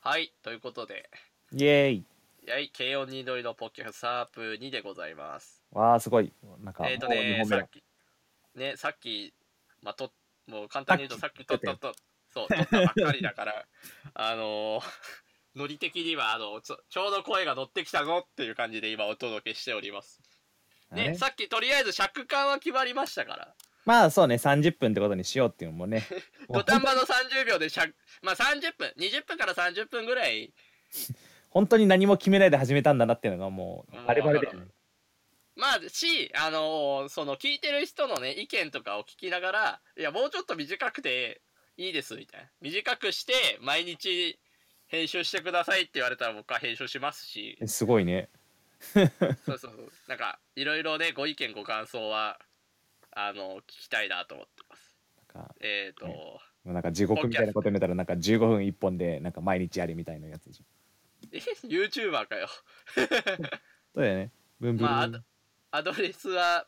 はい、ということで、 イエーイ。 軽音にどりのポッキャスシャープ2でございます。 わあ、すごい。なんか、もう2本目だ。 さっき、まあ、もう簡単に言うと、 さっきさっき言ってたよ。 撮ったばっかりだから、あのーノリ的には、ちょうど声が乗ってきたぞっていう感じで今お届けしております。ね、さっきとりあえず尺間は決まりましたから。 まあそうね、30分ってことにしようっていうのもね。 土壇場の30秒でまあ30分、20分から30分ぐらい。 本当に何も決めないで始めたんだなっていうのがもう、バレバレだよね。 まあ、その聞いてる人のね、意見とかを聞きながら、いや、もうちょっと短くていいです、みたいな。短くして、毎日編集してくださいって言われたら僕は編集しますし。 すごいね。 そう。なんか、いろいろね、ご意見ご感想は、聞きたいなと思ってます。 なんか地獄みたいなこと言めたら、なんか15分1本で、なんか毎日やりみたいなやつでしょ。 YouTuber かよ。 そうだよね。ブンブン。 まあ、アドレスは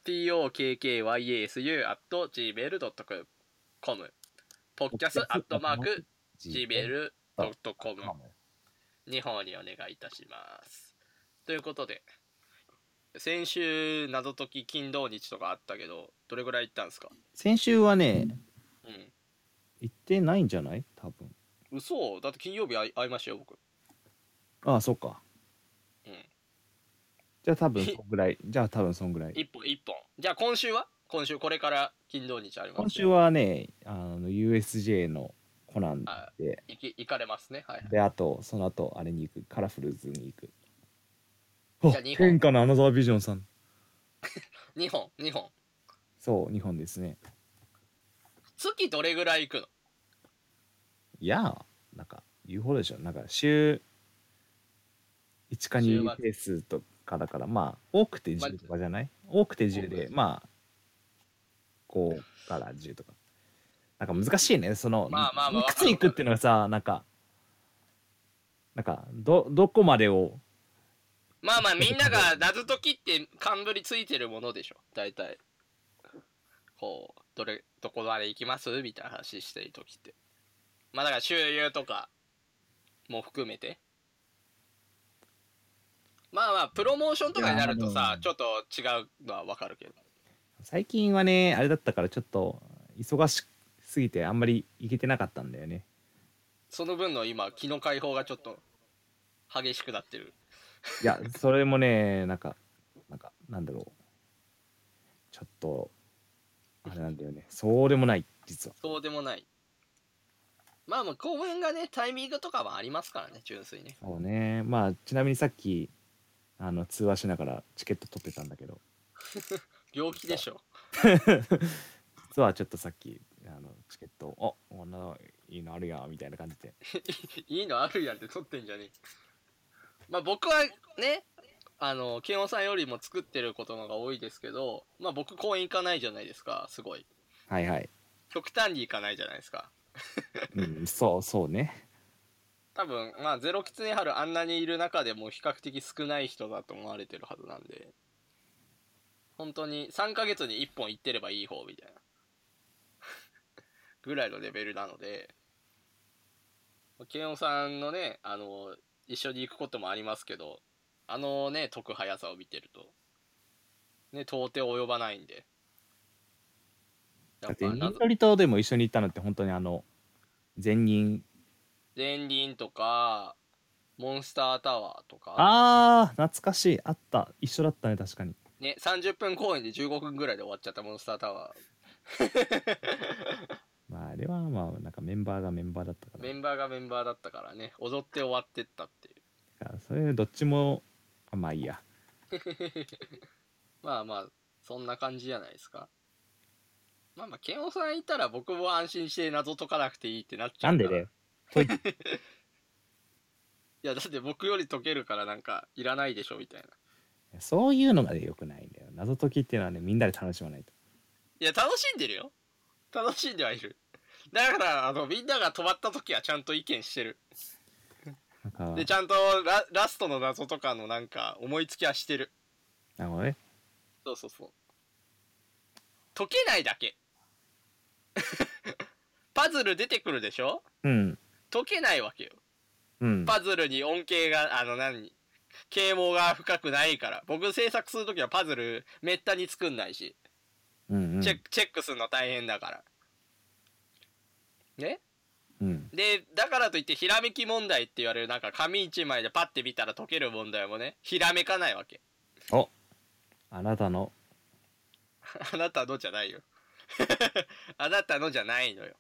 pokkyasu@gmail.com podcast@gmail.com に方にお願いいたします。ということで、先週謎解き金土日とかあったけど、どれぐらい行ったんですか？ 先週はね、 うん。 行ってないんじゃない多分。 嘘？だって金曜日会いましたよ、僕。 ああ、そっか。 うん。 じゃあ多分そんぐらい。 一本。じゃあ今週これから金土日ありますね。 今週はね、USJ のコナンで。 行かれますね。はい。 で、その後、あれに行く。カラフルズに行く。 じゃあ2本。 天下のアナザービジョンさん。 2本。 そう、2本ですね。 月どれぐらい行くの？ いや、なんか、言うほどでしょ。なんか、週1か2ペースとかだから、まあ、多くて10とかじゃない？多くて10で、まあ、5から10とか。なんか難しいね。その、いくつ行くっていうのはさ、なんか、どこまでを。 まあみんなが謎解きって冠ついてるものでしょ、大体。こう、どこまで行きますみたいな話してる時って。まあだから周遊とかも含めて。まあプロモーションとかになるとさ、ちょっと違うのはわかるけど。 最近はね、あれだったからちょっと忙しすぎてあんまり行けてなかったんだよね。 その分の今、気の解放がちょっと激しくなってる。 いや、それもね、なんだろう。ちょっと、あれなんだよね。そうでもない、実は。 そうでもない。まあ公演がね、タイミングとかはありますからね、純粋に。 そうね。まあ、ちなみにさっき、通話しながらチケット取ってたんだけど。 病気でしょ。 実はちょっとさっき、チケット、こんないいのあるやん、みたいな感じで。 いいのあるやんって取ってんじゃねえ。まあ僕はね、ケンオさんよりも作ってることのが多いですけど、まあ僕公演行かないじゃないですか、すごい。 はいはい。 極端に行かないじゃないですか。 うん、そうね。 多分、まあゼロキツネハルあんなにいる中でも比較的少ない人だと思われてるはずなんで、本当に3ヶ月に1本行ってればいい方みたいなぐらいのレベルなので、ケンオさんのね、一緒に行くこともありますけど、解く速さを見てると、ね、到底及ばないんで。 だって、ニントリとでも一緒に行ったのって本当に前任とか、モンスタータワーとか。 懐かしい。あった。一緒だったね、確かに。 ね、30分公演で15分ぐらいで終わっちゃったモンスタータワー。 まあ、あれはまあ、なんかメンバーがメンバーだったから。 メンバーだったからね、踊って終わってったっていう。 それ、どっちも、まあいいや。 まあ、そんな感じじゃないですか。ケンオさんいたら僕も安心して謎解かなくていいってなっちゃうから。 なんでね。 いや、だって僕より解けるからなんか、いらないでしょ、みたいな。 そういうのがね、よくないんだよ。謎解きっていうのはね、みんなで楽しまないと。 いや、楽しんでるよ。楽しんではいる。だから、みんなが止まった時はちゃんと意見してる。で、ちゃんとラストの謎とかのなんか、思いつきはしてる。 なるほどね。 そう。解けないだけ。パズル出てくるでしょ？ うん。 解けないわけよ。 うん。 パズルに恩恵が、啓蒙が深くないから。僕制作するときはパズルめったに作んないし、 うんうん。 チェックするの大変だから。ね。 うん。 で、だからといってひらめき問題って言われるなんか紙一枚でパッて見たら解ける問題もね、ひらめかないわけ。 お、あなたの。 あなたのじゃないよ。あなたのじゃないのよ。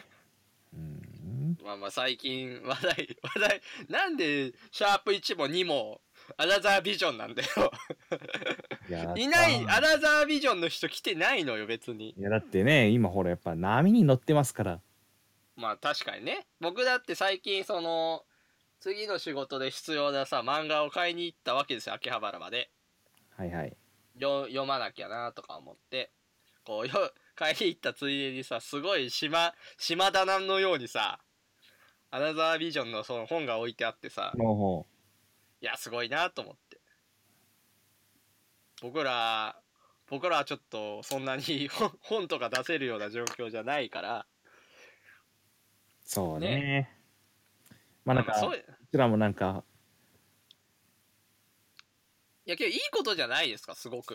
まあまあ最近話題、なんでシャープ1も2もアナザービジョンなんだよ。いない、アナザービジョンの人来てないのよ別に。 いやだってね、今ほらやっぱ波に乗ってますから。 まあ確かにね。僕だって最近その次の仕事で必要なさ漫画を買いに行ったわけですよ、秋葉原まで。 はいはい。 読まなきゃなとか思ってこう買いに行ったついでにさ、すごい島棚のようにさアナザービジョンのその本が置いてあってさ、いやすごいなと思って。僕らはちょっとそんなに本とか出せるような状況じゃないから。 そうね。まあなんか、うちらもなんか、 いやけどいいことじゃないですか、すごく。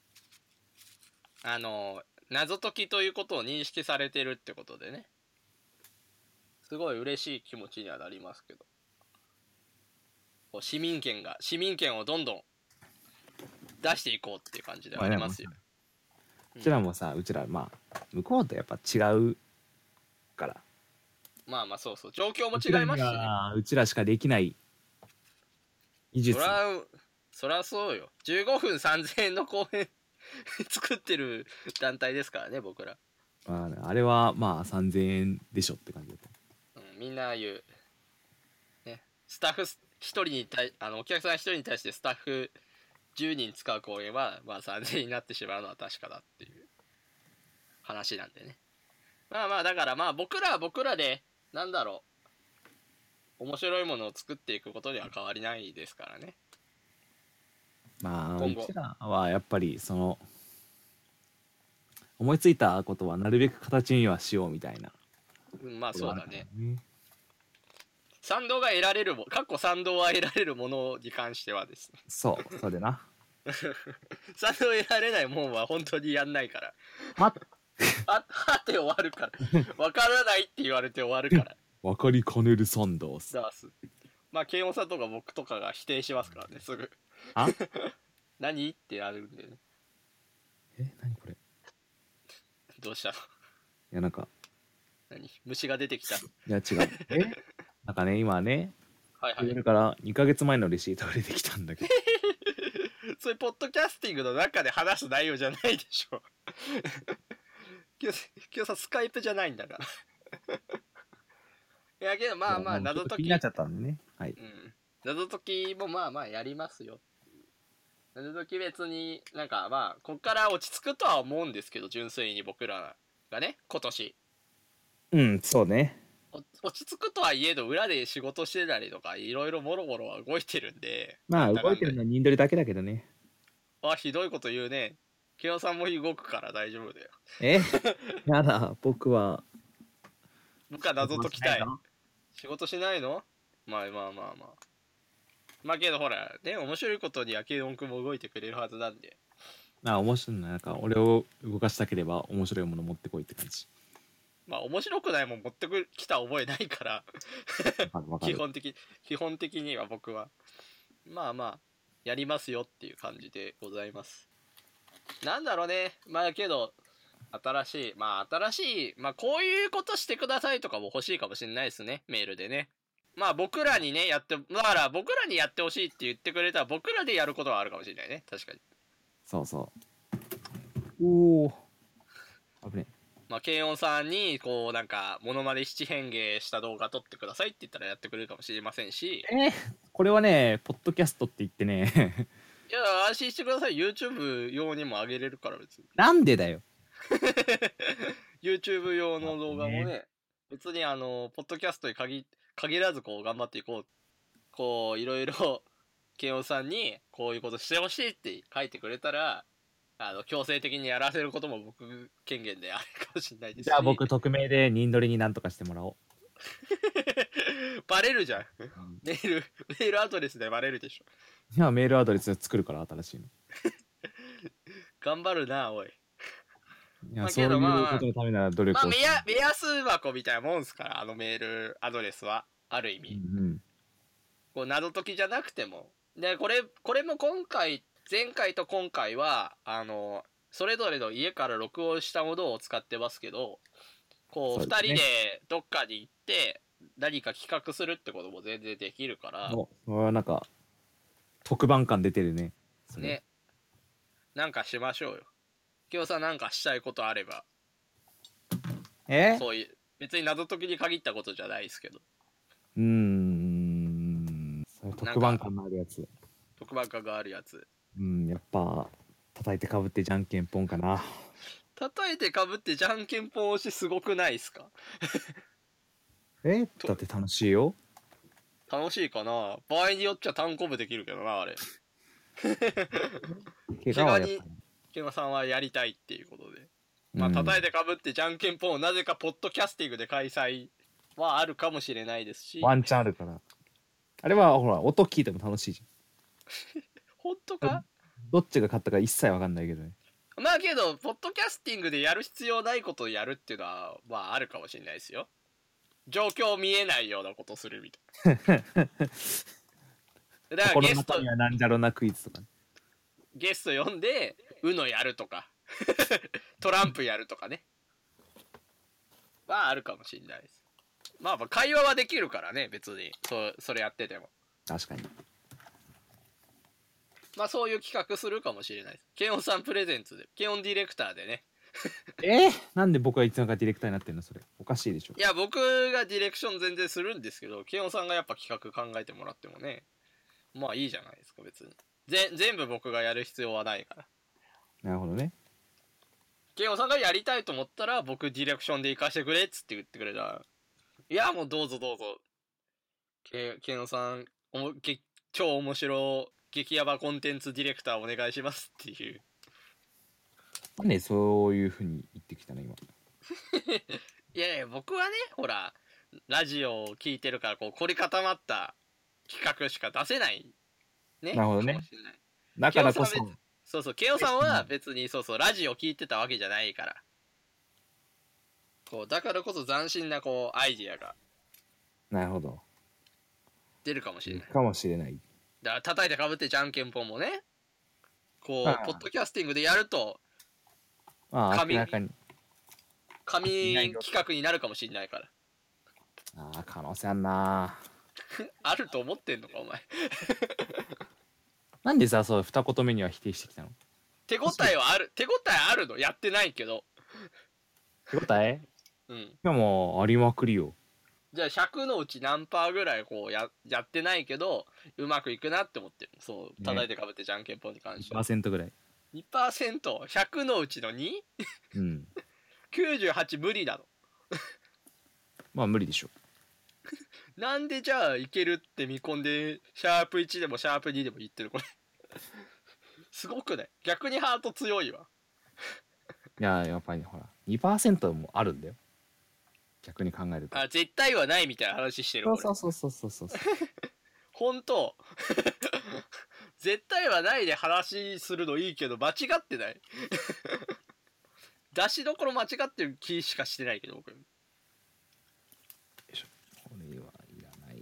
謎解きということを認識されてるってことでね、すごい嬉しい気持ちにはなりますけど、こう市民権をどんどん出していこうっていう感じではありますよ。 うちらもさ、うちらまあ向こうとやっぱ違うから。 まあまあそうそう、状況も違いますしね。 うちらしかできない技術。 そらそうよ。15分3000円の公演作ってる団体ですからね、僕ら。 あれはまあ3000円でしょって感じだった。 みんな言う。ね、スタッフ1人にお客さん1人に対してスタッフ10人使う公演は、まあ3000円になってしまうのは確かだっていう話なんでね。まあまあ、だからまあ僕らは僕らで、なんだろう、面白いものを作っていくことには変わりないですからね。 まあうちらはやっぱりその思いついたことはなるべく形にはしようみたいな。 まあそうだね。賛同が得られる賛同は得られるものに関してはですね。 そうでな。 賛同得られないもんは本当にやんないから。 はって終わるから。わからないって言われて終わるから。 わかりかねる賛同まあケンオさんとか僕とかが否定しますからね、すぐ。何ってやるんでね。 何これ。 どうしたの。いやなんか虫が出てきた。いや違う。なんかね今ね、 はいはい。 それから2ヶ月前のレシートが出てきたんだけど。 それポッドキャスティングの中で話す内容じゃないでしょ。今日さスカイプじゃないんだから。いやけどまあまあ謎解きになっちゃったんでね。はい。 謎解きもまあまあやりますよ。謎解き別になんかまあこっから落ち着くとは思うんですけど、純粋に僕らがね今年。 そうね。 落ち着くとはいえど裏で仕事してたりとかいろいろもろもろは動いてるんで。 まあ動いてるのはニンドリだけだけどね。 ひどいこと言うね。ケオさんも動くから大丈夫だよ。 やだ、僕は謎解きたい。仕事しないの？まあ。まあけどほらね、面白いことにはケイオン君も動いてくれるはずなんで。 面白いな。なんか俺を動かしたければ面白いもの持ってこいって感じ。 まあ面白くないもん持ってきた覚えないから基本的には僕はまあまあやりますよっていう感じでございます。なんだろうね、まあけど新しいまあこういうことしてくださいとかも欲しいかもしれないですね、メールでね。まあ僕らにねだから僕らにやってほしいって言ってくれたら僕らでやることはあるかもしれないね。確かにおお危ね。 まあケイオンさんにこうなんかモノマネ七変化した動画撮ってくださいって言ったらやってくれるかもしれませんし、 これはねポッドキャストって言ってねいや安心してください、 YouTube 用にも上げれるから別に。 なんでだよ YouTube 用の動画もね、別にポッドキャストに限らずこう頑張っていこう。こういろいろケンオさんにこういうことしてほしいって書いてくれたら強制的にやらせることも僕権限であるかもしれないですし。 じゃあ僕匿名でニンドリになんとかしてもらおう。 バレるじゃん。 メールアドレスでバレるでしょ。 いや、メールアドレス作るから、新しいの。 頑張るな、おい。 いや、 まあそういうけどまあことのためなら努力まあを目安箱みたいなもんすから、あのメールアドレスは。ある意味。 うんこう謎解きじゃなくても。で、これも前回と今回は、それぞれの家から録音したものを使ってますけど、こう、二そうですね人でどっかに行って、何か企画するってことも全然できるからうん。、それはなんか、特番感出てるね。それね。なんかしましょうよ。今日さんなんかしたいことあれば、そういう、別に謎解きに限ったことじゃないですけど、 それ特番感のあるやつ。 特番感があるやつ。 やっぱ、叩いてかぶってじゃんけんぽんかな。 叩いてかぶってじゃんけんぽん押しすごくないですか？ だって楽しいよ。 楽しいかな。場合によっちゃ単行部できるけどな、あれ。 怪我はやっぱり。 ケマさんはやりたいっていうことで。まあ、叩いてかぶってじゃんけんぽんをなぜかポッドキャスティングで開催はあるかもしれないですし。 ワンチャンあるから。あれはほら、音聞いても楽しいじ本当か？ ゃん。どっちが勝ったか一切わかんないけどね。 まあけど、ポッドキャスティングでやる必要ないことをやるっていうのは、まああるかもしれないですよ。状況見えないようなことするみたいな。だから心の中にはなんじゃろなクイズとかね。 ゲスト呼んで、UNO やるとか、トランプやるとかね。はあるかもしれないです。まあ会話はできるからね、別に。それやってても。 確かに。 まあそういう企画するかもしれないです。ケンオンさんプレゼンツで、ケンオンディレクターでね。 なんで僕がいつの間にかディレクターになってんのそれ。おかしいでしょ。 いや、僕がディレクション全然するんですけど、ケンオンさんがやっぱ企画考えてもらってもね、まあいいじゃないですか、別に。全部僕がやる必要はないから。 なるほどね。 ケンオンさんがやりたいと思ったら、僕ディレクションで行かしてくれっつって言ってくれたら、いや、もうどうぞどうぞ。ケンオンさん、超面白激ヤバコンテンツディレクターお願いしますっていう。 なんでそういうふうに言ってきたの今。 いやいや、僕はね、ほら、ラジオを聞いてるから、こう、凝り固まった企画しか出せない。ね。 なるほどねかもしれない。 だからこそ。 そうそう、ケオさんは別に、そうそう、ラジオ聞いてたわけじゃないから。こう、だからこそ斬新な、こう、アイディアがなるほど。 出るかもしれない。 かもしれない。 だから、叩いてかぶってじゃんけんぽんもね、こう、ポッドキャスティングでやると、 明らかに。 神企画になるかもしれないから。 可能性あんな。 あると思ってんのか、お前。 なんでさ、そう、二言目には否定してきたの？ 手応えあるの。やってないけど。 手応え？ うん。 いやもう、ありまくりよ。 じゃあ100のうち何パーぐらいこうやってないけど、うまくいくなって思ってる。そう、叩いてかぶってじゃんけんぽんに関しては。 2% ぐらい。 2%、100のうちの 2？ 98無理なの。 まあ無理でしょ。 なんでじゃあいけるって見込んで、シャープ1でもシャープ2でも言ってるこれ。すごくない？逆にハート強いわ。 いや、やっぱりほら、2% もあるんだよ。逆に考えると。 絶対はないみたいな話してる。 そう。 本当絶対はないで話するのいいけど、間違ってない？出しどころ間違ってる気しかしてないけど、僕。 これはいらない。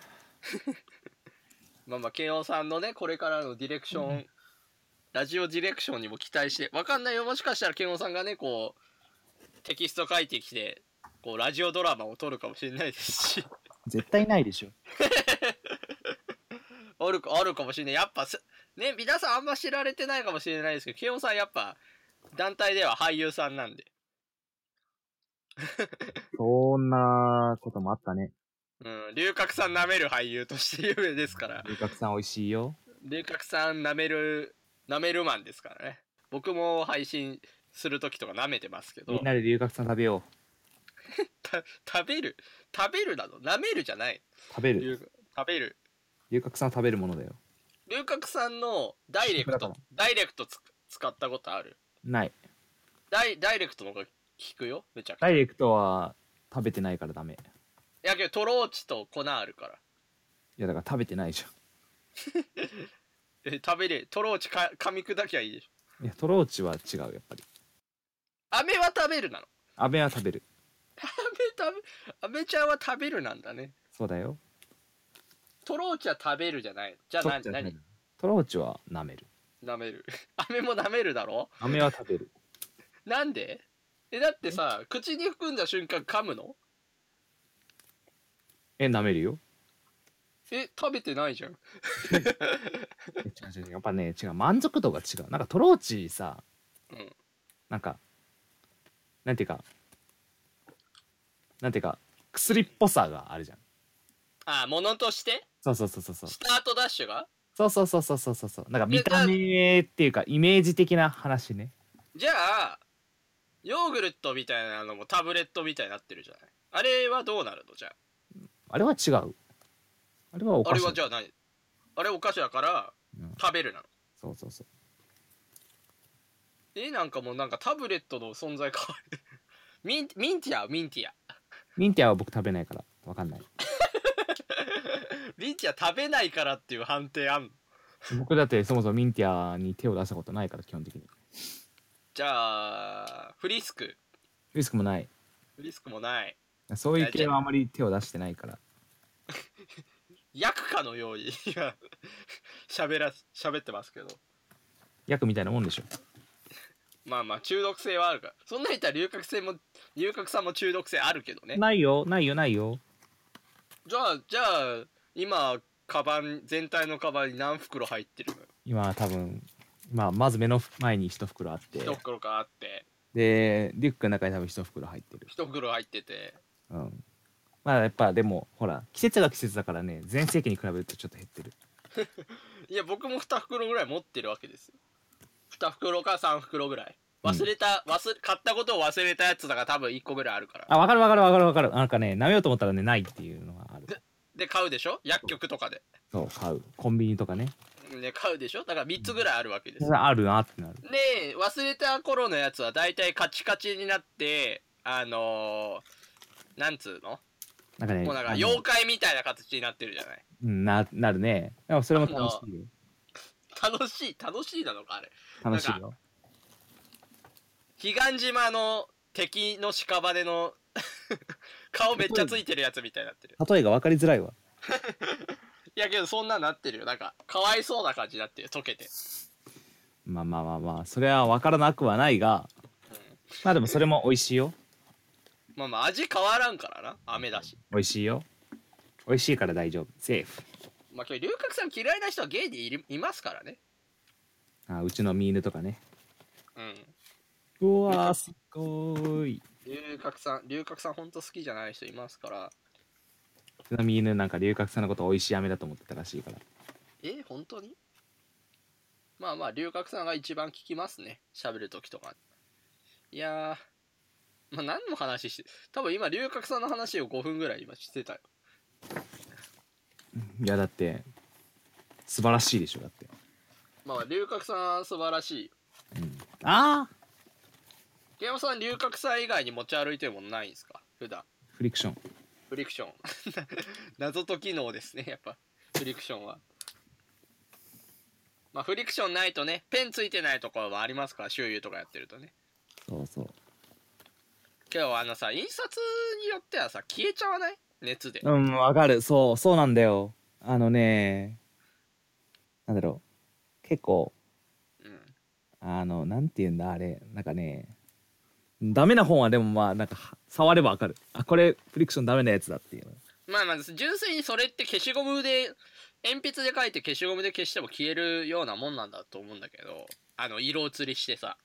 まあ、慶応さんのね、これからのディレクション、ラジオディレクションにも期待して、わかんないよ、もしかしたら慶応さんがね、こう、テキスト書いてきて、こう、ラジオドラマを撮るかもしれないですし。 絶対ないでしょ。 あるかもしれない。やっぱね、皆さんあんま知られてないかもしれないですけど、慶応さんやっぱ、団体では俳優さんなんで。 そんなこともあったね。 龍角さん舐める俳優として有名ですから。 龍角さん美味しいよ。 龍角さん舐めるマンですからね。僕も配信するときとか舐めてますけど。 みんなで龍角さん食べよう。食べるなの？舐めるじゃない。 食べる。龍角さん食べるものだよ。 龍角さんのダイレクト使ったことある？ ない。 ダイレクトの方が効くよ、めちゃくちゃ。 ダイレクトは食べてないからダメ。 いやけどトローチと粉あるから。 いやだから食べてないじ食べれトローチ噛み砕きゃいいでしょ。 ゃん。いやトローチは違うやっぱり。 飴は食べるなの。 飴は食べる。 飴ちゃんは食べるなんだね。 そうだよ。 トローチは食べるじゃない。じゃあ何トローチは舐める。 舐める。飴も舐めるだろ。 飴は食べる。 なんで？だってさ、口に含んだ瞬間噛むの？ 舐めるよ。 食べてないじゃん。 違うやっぱね違う、満足度が違う。なんかトローチさ、なんかなんていうか薬っぽさがあるじゃん。 物として？ そうスタートダッシュが？ そうなんか見た目っていうかイメージ的な話ね。 じゃあヨーグルトみたいなのもタブレットみたいになってるじゃない。あれはどうなるの？じゃああれは違う。あれはお菓子。 あれはじゃあ何？あれお菓子だから、食べるなの。 そうなんかもうなんかタブレットの存在変わる。ミンティアは僕食べないから分かんない。 ミンティア食べないからっていう判定あんの？ 僕だってそもそもミンティアに手を出したことないから基本的に。 じゃあフリスクもない。そういう系はあまり手を出してないから。 薬かのように今喋ってますけど。 薬みたいなもんでしょ。 まあ中毒性はあるから。そんな言ったら龍角散も中毒性あるけどね。 ないよ。 じゃあ今全体のカバンに何袋入ってるのよ。 今多分まず目の前に1袋あって、 1袋かあって、 でリュックの中に多分1袋入ってる。 1袋入ってて、 まあやっぱでもほら季節が季節だからね、全盛期に比べるとちょっと減ってる。 いや僕も2袋ぐらい持ってるわけですよ。2袋か3袋ぐらい買ったことを忘れたやつだから多分1個ぐらいあるから。 分かる。なんかね、舐めようと思ったらね、ないっていうのがある。 で買うでしょ、薬局とかで。 そう買う、コンビニとかね。 で買うでしょ、だから3つぐらいあるわけですよ。あるなってなる。 で忘れた頃のやつはだいたいカチカチになってなんつうの、 なんかね、 もうなんか妖怪みたいな形になってるじゃない。 なるね。でもそれも楽しいよ。 楽しいなのかあれ。 楽しいよ。 彼岸島の敵の屍の顔めっちゃついてるやつみたいになってる。 例えが分かりづらいわ。 いやけどそんななってるよ。なんかかわいそうな感じになってる、溶けて。 まあそれは分からなくはないが、まあでもそれも美味しいよ。 まあ味変わらんからな、飴だし。 美味しいよ。美味しいから大丈夫、セーフ。 まあ今日龍角散嫌いな人はゲイでいますからね。 うちのミーヌとかね。うわーすごーい。 龍角散ほんと好きじゃない人いますから。 うちのミーヌなんか龍角散のこと美味しい飴だと思ってたらしいから。 本当に？まあ龍角散が一番効きますね、喋るときとか。いやー、何の話して、多分今龍角散の話を5分ぐらい今してたよ。 いやだって素晴らしいでしょ。だって龍角散素晴らしい。ケイマさん龍角散以外に持ち歩いてるものないんですか普段？ フリクション謎解き能ですね、やっぱフリクションは。フリクションないとね、ペンついてないところはありますから、周遊とかやってるとね。 そうけどさ、印刷によってはさ消えちゃわない？熱で。 わかる。そうなんだよ。なんだろう、結構なんていうんだあれ、なんかね、ダメな本はでもなんか触ればわかる。これフリクションダメなやつだっていう。 純粋にそれって消しゴムで鉛筆で書いて消しゴムで消しても消えるようなもんなんだと思うんだけど、色移りしてさ。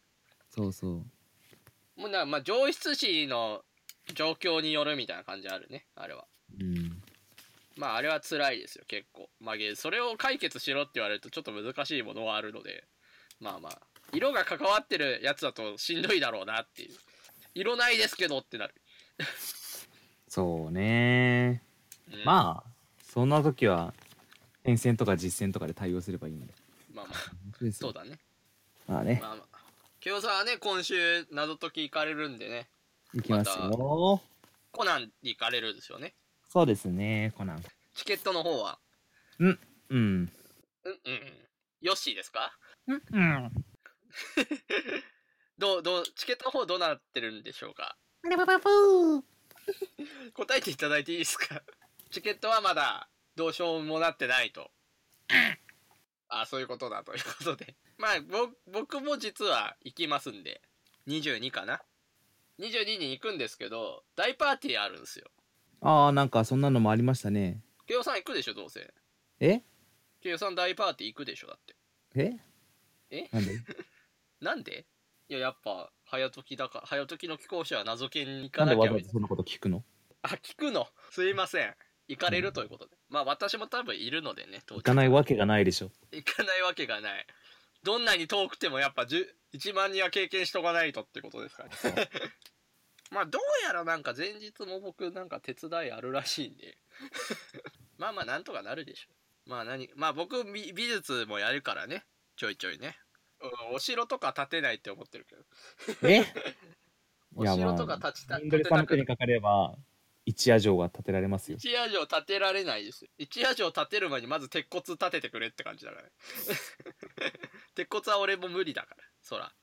もう上質紙の状況によるみたいな感じあるね、あれは。あれは辛いですよ結構。それを解決しろって言われるとちょっと難しいものがあるので、色が関わってるやつだとしんどいだろうなっていう。色ないですけどってなる。 そうね、そんな時は変遷とか実践とかで対応すればいいんで。 そうだね。 ケオさんはね今週謎解き行かれるんでね。 行きますよ。 コナンに行かれるんですよね。 そうですね、コナン。 チケットの方はうんうんヨッシーですか？どうチケットの方どうなってるんでしょうか？答えていただいていいですか？チケットはまだどうしようもなってないと。そういうことだということで。まあ僕も実は行きますんで、22かな。22に行くんですけど、大パーティーあるんですよ。 なんかそんなのもありましたね。 ケオさん行くでしょ、どうせ。 えケオさん大パーティー行くでしょ、だって。 なんでなんで？いや、やっぱ早時の貴公子は謎研に行なんでかなきゃわざわざそんなこと聞くの？ 聞くの。すいません。行かれるということで。まあ私も多分いるのでね、 行かないわけがないでしょ。 行かないわけがない。どんなに遠くてもやっぱ1万人は経験しとかないとってことですからね。まあどうやらなんか前日も僕なんか手伝いあるらしいんで。まあなんとかなるでしょ。まあ僕美術もやるからね。ちょいちょいね。お城とか建てないって思ってるけど。お城とかインドレさんの手にかかれば一夜城が建てられますよ。 一夜城建てられないですよ。一夜城建てる前にまず鉄骨建ててくれって感じだからね。鉄骨は俺も無理だから、そら。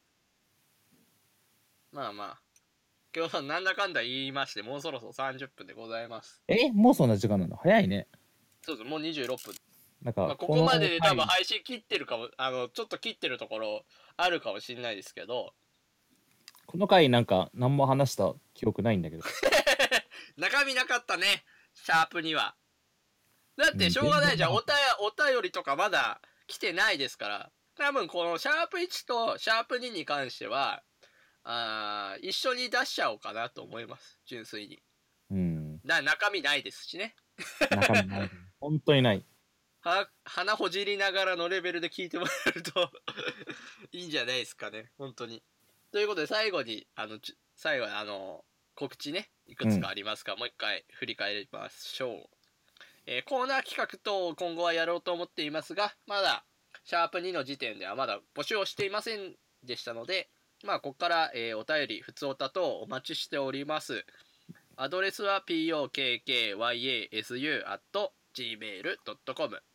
まあ今日はなんだかんだ言いまして、もうそろそろ30分でございます。 もうそんな時間なの？早いね。 そうです、もう26分。 なんか、 ここまでで多分配信切ってるかも、ちょっと切ってるところあるかもしれないですけど、 この回なんか何も話した記憶ないんだけど。 中身なかったね、シャープには。だってしょうがないじゃん、お便りとかまだ来てないですから、多分このシャープ1とシャープ2に関しては、一緒に出しちゃおうかなと思います、純粋に。中身ないですしね。 中身ない。本当にない。 鼻ほじりながらのレベルで聞いてもらえるといいんじゃないですかね、本当に。ということで最後に告知ね、いくつかありますか、もう一回振り返りましょう。コーナー企画等を今後はやろうと思っていますが、まだシャープ2の時点ではまだ募集をしていませんでしたので、ここから、お便り、ふつおた等お待ちしております。アドレスは pokyasu@gmail.com、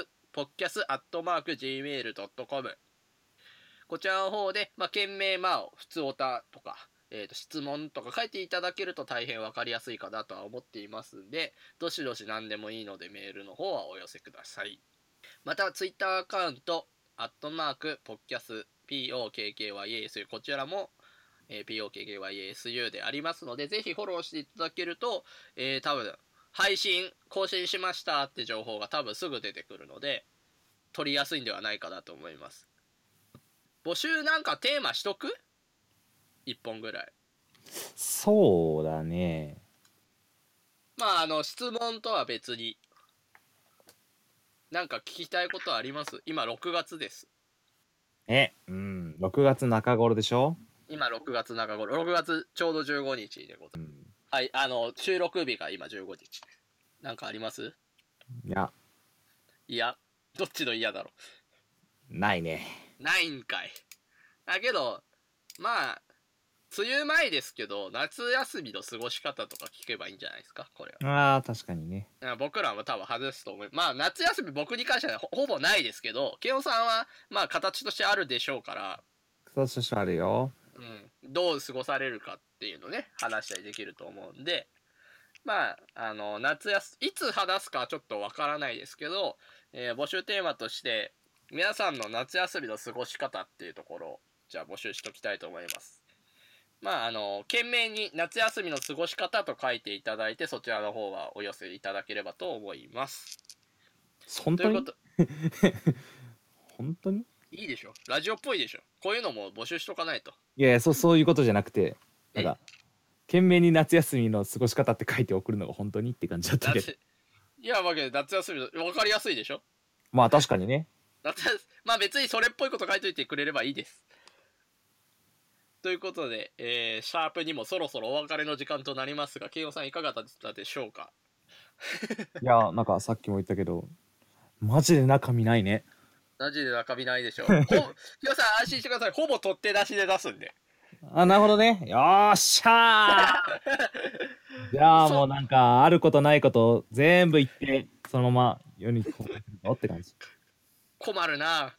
podcast@gmail.com、 こちらの方で、件名、ふつおたとか、質問とか書いていただけると大変わかりやすいかなとは思っていますんで、どしどし何でもいいのでメールの方はお寄せください。また、ツイッターアカウント、@pokkyasu、こちらも、POKKYASU でありますので、ぜひフォローしていただけると、多分、更新しましたって情報が多分すぐ出てくるので、取りやすいんではないかなと思います。募集なんかテーマしとく？1本ぐらい。 そうだね。 質問とは別に、なんか聞きたいことあります？今6月です。 6月中頃でしょ？ 今6月中頃、6月ちょうど15日でございます。はい、収録日が今15日です。なんかあります？いや、どっちの嫌だろう。 ないね。 ないんかい。だけど、梅雨前ですけど、夏休みの過ごし方とか聞けばいいんじゃないですか、これは。確かにね。 僕らも多分外すと思う。夏休み僕に関してはほぼないですけど、ケオさんは、形としてあるでしょうから。 形としてあるよ。 どう過ごされるかっていうのね、話したりできると思うんで、いつ話すかはちょっとわからないですけど、募集テーマとして、皆さんの夏休みの過ごし方っていうところを、じゃあ募集しときたいと思います。懸命に夏休みの過ごし方と書いていただいて、そちらの方はお寄せいただければと思います。 本当に本当にいいでしょ、ラジオっぽいでしょ。こういうのも募集しとかないと。 いやいや、そういうことじゃなくて、なんか懸命に夏休みの過ごし方って書いて送るのが本当にって感じだったけど。 いや、夏休みの分かりやすいでしょ。 確かにね。 別にそれっぽいこと書いといてくれればいいです。ということで、シャープにもそろそろお別れの時間となりますが、ケイオさんいかがだったでしょうか？ いや、なんかさっきも言ったけど、マジで中身ないね。 マジで中身ないでしょ。ケイオさん安心してください。ほぼ取って出しで出すんで。 なるほどね。よーっしゃーじゃあもうなんかあることないこと全部言ってそのまま世に公開するのって感じ。 困るな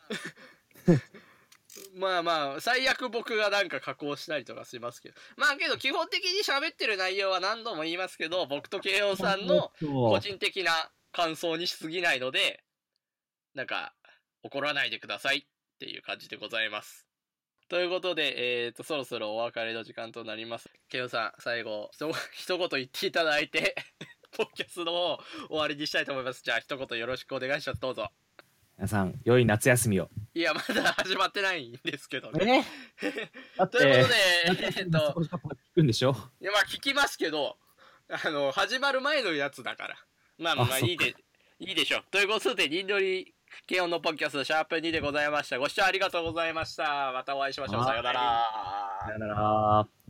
まあまあ最悪僕がなんか加工したりとかしますけど、まあけど基本的に喋ってる内容は何度も言いますけど、僕と慶応さんの個人的な感想にしすぎないので、なんか怒らないでくださいっていう感じでございます。ということで、そろそろお別れの時間となります。慶応さん、最後一言言っていただいてポッキャスの方終わりにしたいと思います。じゃあ一言よろしくお願いします。どうぞ。 皆さん良い夏休みを。 いやまだ始まってないんですけどね。 だってということで聞くんでしょ。 いやまあ聞きますけど、始まる前のやつだからまあいいでしょう。ということで、ニンドリケオンのポッキャスシャープ2でございました。ご視聴ありがとうございました。またお会いしましょう。さようなら。 さよなら。